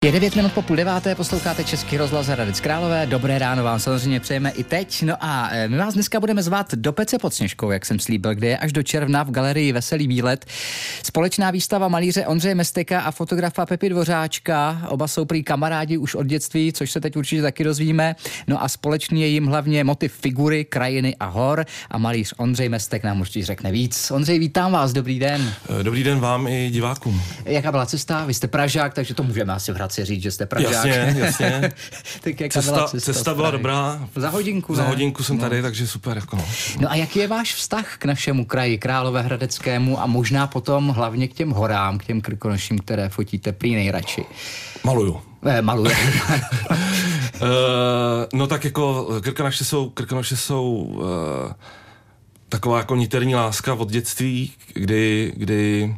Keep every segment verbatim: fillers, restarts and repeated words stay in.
Je devět minut po půl deváté, posloucháte Český rozhlas Hradec Králové. Dobré ráno vám samozřejmě přejeme i teď. No a my vás dneska budeme zvát do Pece pod Sněžkou, jak jsem slíbil, kde je až do června v galerii Veselý výlet společná výstava malíře Ondřeje Mesteka a fotografa Pepy Dvořáčka. Oba jsou prý kamarádi už od dětství, což se teď určitě taky dozvíme. No a společný je jim hlavně motiv figury, krajiny a hor. A malíř Ondřej Mestek nám určitě řekne víc. Ondřej, vítám vás, dobrý den. Dobrý den vám i divákům. Jaká byla cesta? Vy jste Pražák, takže to můžeme asi v Hradci říct, že jste Pražák. Jasně, jasně. Tak jaká cesta, byla cesta? Cesta byla dobrá. Za hodinku, Za ne? hodinku jsem no. tady, takže super. Jako no. no a jaký je váš vztah k našemu kraji Královéhradeckému a možná potom hlavně k těm horám, k těm Krkonoším, které fotíte prý nejradši? Maluju. Eh, maluje. uh, no tak jako Krkonoše jsou, Krkonoše jsou uh, taková jako niterní láska od dětství, kdy, kdy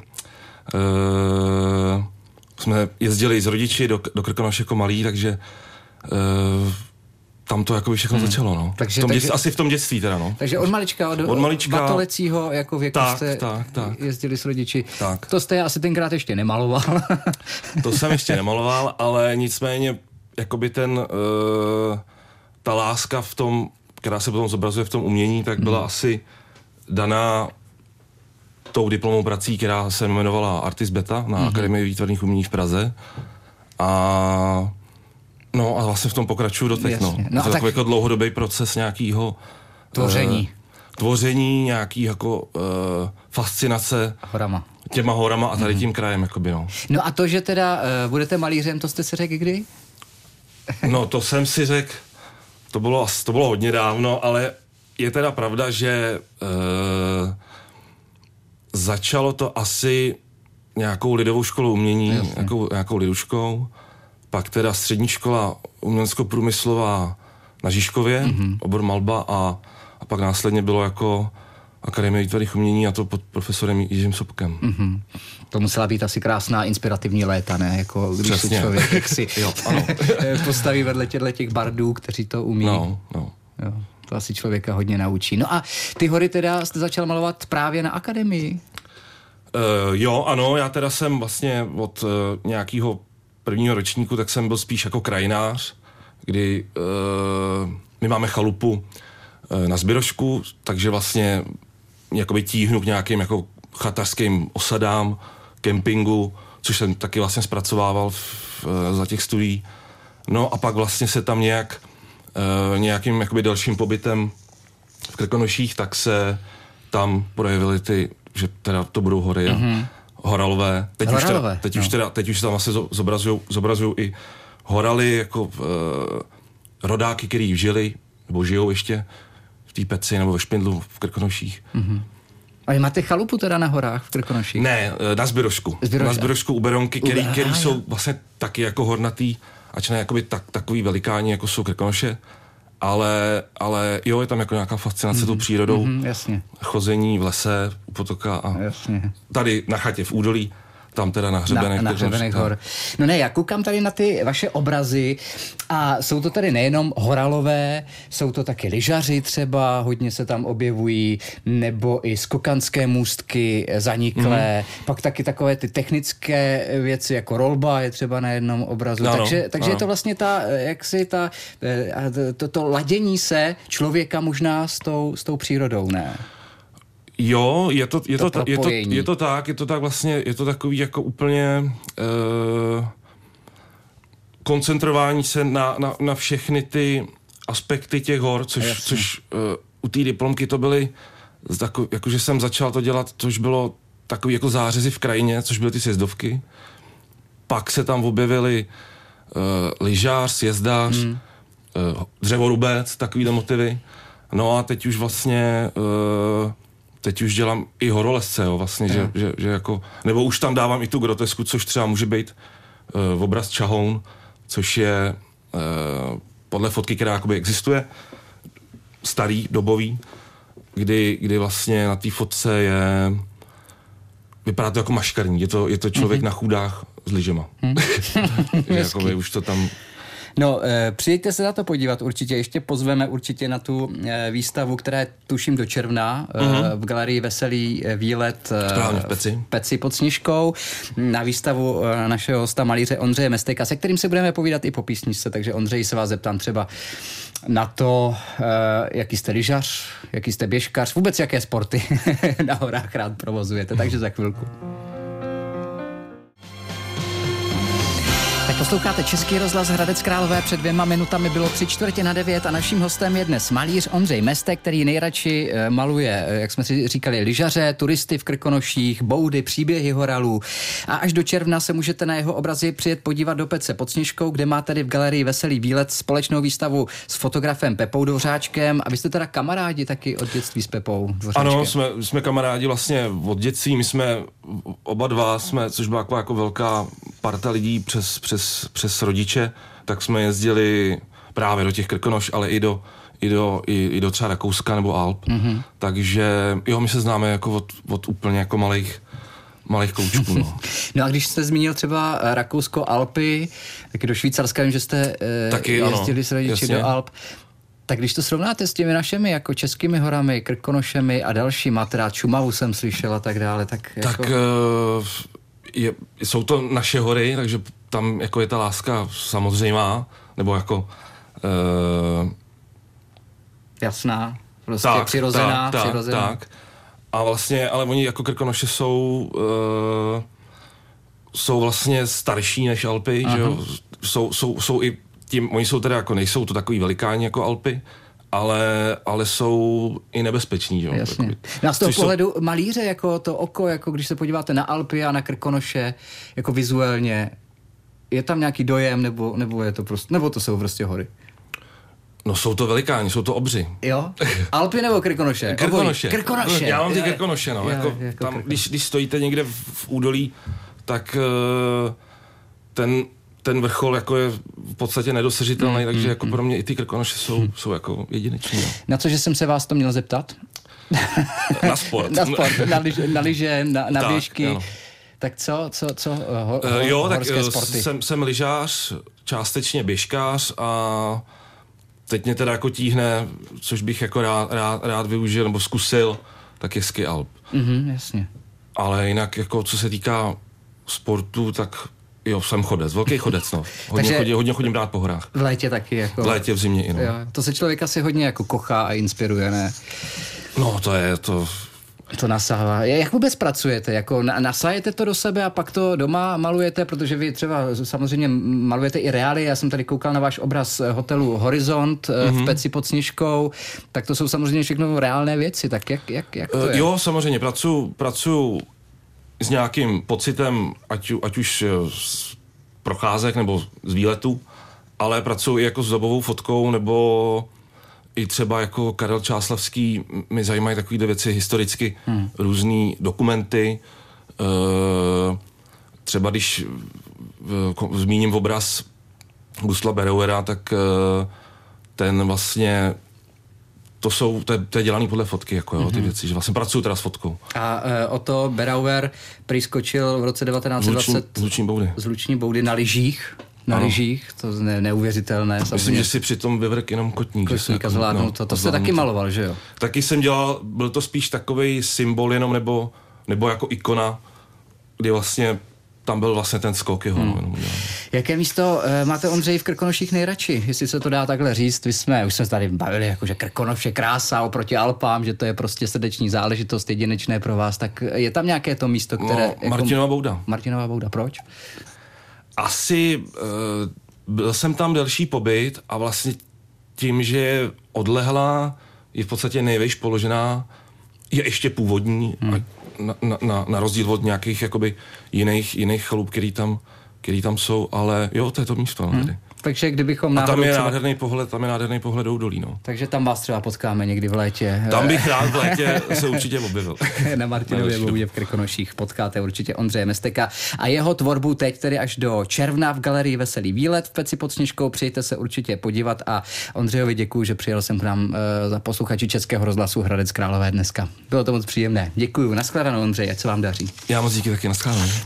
uh, jsme jezdili s rodiči do, do Krkonoš jako malí, takže uh, tam to jako všechno hmm. začalo, no. Takže, v tom takže, dětství, asi v tom dětství teda, no. Takže od malička, od, od malička, batolecího jako věku tak, jste tak, tak. jezdili s rodiči. Tak. To jste asi tenkrát ještě nemaloval. To jsem ještě nemaloval, ale nicméně jakoby ten, uh, ta láska v tom, která se potom zobrazuje v tom umění, tak byla hmm. asi daná tou diplomovou prací, která se jmenovala Artis Beta na mm-hmm. Akademii výtvarných umění v Praze. A no a vlastně v tom pokračuju doteď. No. No to je takový jako dlouhodobý proces nějakého tvoření. Uh, tvoření, nějaký jako uh, fascinace horama. těma horama a tady mm-hmm. tím krajem. Jakoby, no. no a to, že teda uh, budete malířem, to jste si řekl kdy? No to jsem si řekl, to bylo, to bylo hodně dávno, ale je teda pravda, že uh, začalo to asi nějakou lidovou školou umění, nějakou, nějakou liduškou, pak teda střední škola umělecko-průmyslová na Žižkově, mm-hmm. obor malba a, a pak následně bylo jako Akademie výtvarných umění a to pod profesorem Jiřím Sobkem. Mm-hmm. To musela být asi krásná inspirativní léta, ne? Jako když si člověk jak si jo, ano. postaví vedle těchto těch bardů, kteří to umí. No, no. Jo, to asi člověka hodně naučí. No a ty hory teda jste začal malovat právě na akademii? Uh, jo, ano, já teda jsem vlastně od uh, nějakého prvního ročníku, tak jsem byl spíš jako krajinář, kdy uh, my máme chalupu uh, na Zbirošku, takže vlastně jakoby tíhnu k nějakým jako chatařským osadám, kempingu, což jsem taky vlastně zpracovával v, uh, za těch studií. No a pak vlastně se tam nějak uh, nějakým jakoby dalším pobytem v Krkonoších, tak se tam projevily ty, že teda to budou hory a mm-hmm. horalové. Teď, horalové, už, teda, teď, no. už, teda, teď už tam vlastně zobrazují, zobrazují i horaly, jako uh, rodáky, který žili, nebo žijou ještě v té Peci nebo ve Špindlu v Krkonoších. Mm-hmm. A máte chalupu teda na horách v Krkonoších? Ne, na Zbirošku. Zbiroš, na Zbirošku u Berounky, který, Uber, který jsou vlastně taky jako hornatý, ač ne jakoby tak, takový velikáni, jako jsou Krkonoše. Ale, ale jo, je tam jako nějaká fascinace mm-hmm. tou přírodou, mm-hmm, jasně. chození v lese, u potoka a jasně. tady na chatě v údolí, tam teda na hřebenech. Na, na hřebenech hor. No ne, já koukám tady na ty vaše obrazy a jsou to tady nejenom horalové, jsou to taky lyžaři třeba, hodně se tam objevují, nebo i skokanské můstky zaniklé, mm. pak taky takové ty technické věci, jako rolba je třeba na jednom obrazu. Ano, takže takže ano. je to vlastně ta, jak si ta, to, to ladění se člověka možná s tou, s tou přírodou, ne? Jo, je to, je, to to, je, to, je to tak, je to tak vlastně, je to takový jako úplně uh, koncentrování se na, na, na všechny ty aspekty těch hor, což, což uh, u té diplomky to byly, tako, jakože jsem začal to dělat, což bylo takový jako zářezy v krajině, což byly ty sjezdovky. Pak se tam objevily uh, lyžář, sjezdář, hmm. uh, dřevorubec, takovýhle motivy. No a teď už vlastně uh, teď už dělám i horolezce, jo, vlastně, že, že, že jako, nebo už tam dávám i tu grotesku, což třeba může být uh, obraz Čahoun, což je uh, podle fotky, která jakoby existuje, starý, dobový, kdy, kdy vlastně na té fotce je, vypadá to jako maškarní, je to, je to člověk mm-hmm. na chůdách s lyžema. Mm. Jakoby už to tam No, e, přijďte se na to podívat určitě, ještě pozveme určitě na tu e, výstavu, která je tuším do června mm-hmm. e, v galerii Veselý výlet e, v Peci. v Peci pod Sněžkou, na výstavu e, našeho hosta malíře Ondřeje Mestejka, se kterým se budeme povídat i po písničce, takže Ondřej, se vás zeptám třeba na to, e, jaký jste lyžař, jaký jste běžkař, vůbec jaké sporty na horách rád provozujete, takže za chvilku. Tak posloucháte Český rozhlas Hradec Králové, před dvěma minutami bylo tři čtvrtě na devět a naším hostem je dnes malíř Ondřej Mestek, který nejradši maluje, jak jsme si říkali, lyžaře, turisty v Krkonoších, boudy, příběhy horalů a až do června se můžete na jeho obrazy přijet podívat do Pece pod Sněžkou, kde má tedy v galerii Veselý výlet společnou výstavu s fotografem Pepou Dvořáčkem a vy jste teda kamarádi taky od dětství s Pepou Dvořáčkem. Ano, jsme, jsme kamarádi vlastně od dětství, my jsme oba dva, jsme, což byla taková jako velká parta lidí přes, přes, přes rodiče, tak jsme jezdili právě do těch Krkonoš, ale i do, i do, i, i do třeba Rakouska nebo Alp. Mm-hmm. Takže jo, my se známe jako od, od úplně jako malých, malých koučků. No. No a když jste zmínil třeba Rakousko, Alpy, taky do Švýcarska, vím, že jste taky, jezdili ano, s rodiči do Alp. Tak když to srovnáte s těmi našimi jako českými horami, Krkonošemi a dalšíma, teda Šumavu jsem slyšel a tak dále, tak jako... Tak uh, je, jsou to naše hory, takže tam jako je ta láska samozřejmá, nebo jako... Uh, Jasná, prostě tak, přirozená, tak, přirozená. Tak, a vlastně, ale oni jako Krkonoše jsou... Uh, jsou vlastně starší než Alpy, že jo? Jsou, jsou, jsou i tím, oni jsou teda jako, nejsou to takový velikáni jako Alpy, ale, ale jsou i nebezpeční, jo. Jasně. No z toho pohledu jsou... malíře, jako to oko, jako když se podíváte na Alpy a na Krkonoše, jako vizuálně, je tam nějaký dojem, nebo, nebo je to prostě, nebo to jsou prostě hory? No jsou to velikáni, jsou to obři. Jo? Alpy nebo Krkonoše? Krkonoše. Krkonoše. Já mám ty Krkonoše, no. Je, jako, je, jako tam, když, když stojíte někde v, v údolí, tak uh, ten ten vrchol jako je v podstatě nedosažitelný, mm, takže mm, jako mm. pro mě i ty Krkonoše jsou, mm. jsou jako jedineční. No. Na cože jsem se vás to měl zeptat? Na sport. na sport, na, liž, na lyže, na, na tak, běžky. Ano. Tak co, co, co ho, uh, jo, horské tak sporty? Jsem, jsem lyžář, částečně běžkář a teď mě teda jako tíhne, což bych jako rád, rád, rád využil nebo zkusil, tak je ski Alp. Mhm, jasně. Ale jinak jako co se týká sportu, tak jo, jsem chodec, velký chodec, no. Hodně, Takže chodím, hodně chodím rád po horách. V létě taky, jako... V létě, v zimě i no. Jo, to se člověk asi hodně jako kochá a inspiruje, ne? No, to je to... To nasává. Jak vůbec pracujete? Jako nasajete to do sebe a pak to doma malujete, protože vy třeba samozřejmě malujete i reály. Já jsem tady koukal na váš obraz hotelu Horizont mm-hmm. v Peci pod Sněžkou. Tak to jsou samozřejmě všechno reálné věci. Tak jak, jak, jak to je? Jo, samozřejmě. Pracuju, pracuju s nějakým pocitem, ať, ať už z procházek nebo z výletu, ale pracuji i jako s dobovou fotkou, nebo i třeba jako Karel Čáslavský, mi zajímají takovýhle věci historicky, hmm. různý dokumenty. E, třeba když e, zmíním obraz Gustla Berauera, tak e, ten vlastně to jsou, to je, to je dělaný podle fotky, jako jo, ty mm-hmm. věci, že vlastně pracuju teda s fotkou. A e, o to Berauer přiskočil v roce devatenáct set dvacet z Luční boudy. Z Luční boudy na lyžích. Na ano. lyžích, to je ne, neuvěřitelné. Myslím, samozřejmě. Že si přitom vyvrk jenom kotník. Kotník a zvládnu no, to. To jste taky to. Maloval, že jo? Taky jsem dělal, byl to spíš takovej symbol jenom, nebo, nebo jako ikona, kdy vlastně tam byl vlastně ten skok jeho. Hmm. Jenom Jaké místo uh, máte, Ondřej, v Krkonoších nejradši? Jestli se to dá takhle říct, my jsme, už jsme tady bavili, jako, že Krkonoš je krása oproti Alpám, že to je prostě srdeční záležitost, jedinečné pro vás, tak je tam nějaké to místo, které... No, jako, Martinova bouda. Martinova bouda, proč? Asi uh, byl jsem tam delší pobyt a vlastně tím, že je odlehlá, je v podstatě nejvejš položená, je ještě původní, hmm. na, na, na, na rozdíl od nějakých jakoby jiných, jiných chalup, který tam, který tam jsou, ale jo, to je to místo. Hmm. Tady. Takže kdybychom a tam je třeba... nádherný pohled, tam je nádherný pohled do údolí, no. Takže tam vás třeba potkáme někdy v létě. Tam bych rád v létě se určitě objevil. Na Martinově boudě v Krkonoších potkáte určitě Ondřeje Mesteka a jeho tvorbu teď tedy až do června v galerii Veselý výlet v Peci pod Sněžkou. Přijďte se určitě podívat a Ondřejovi děkuju, že přijel jsem k nám uh, za posluchači Českého rozhlasu Hradec Králové dneska. Bylo to moc příjemné. Děkuju. Nashledanou, Ondřej, ať se vám daří. Já moc díky taky, nashledanou.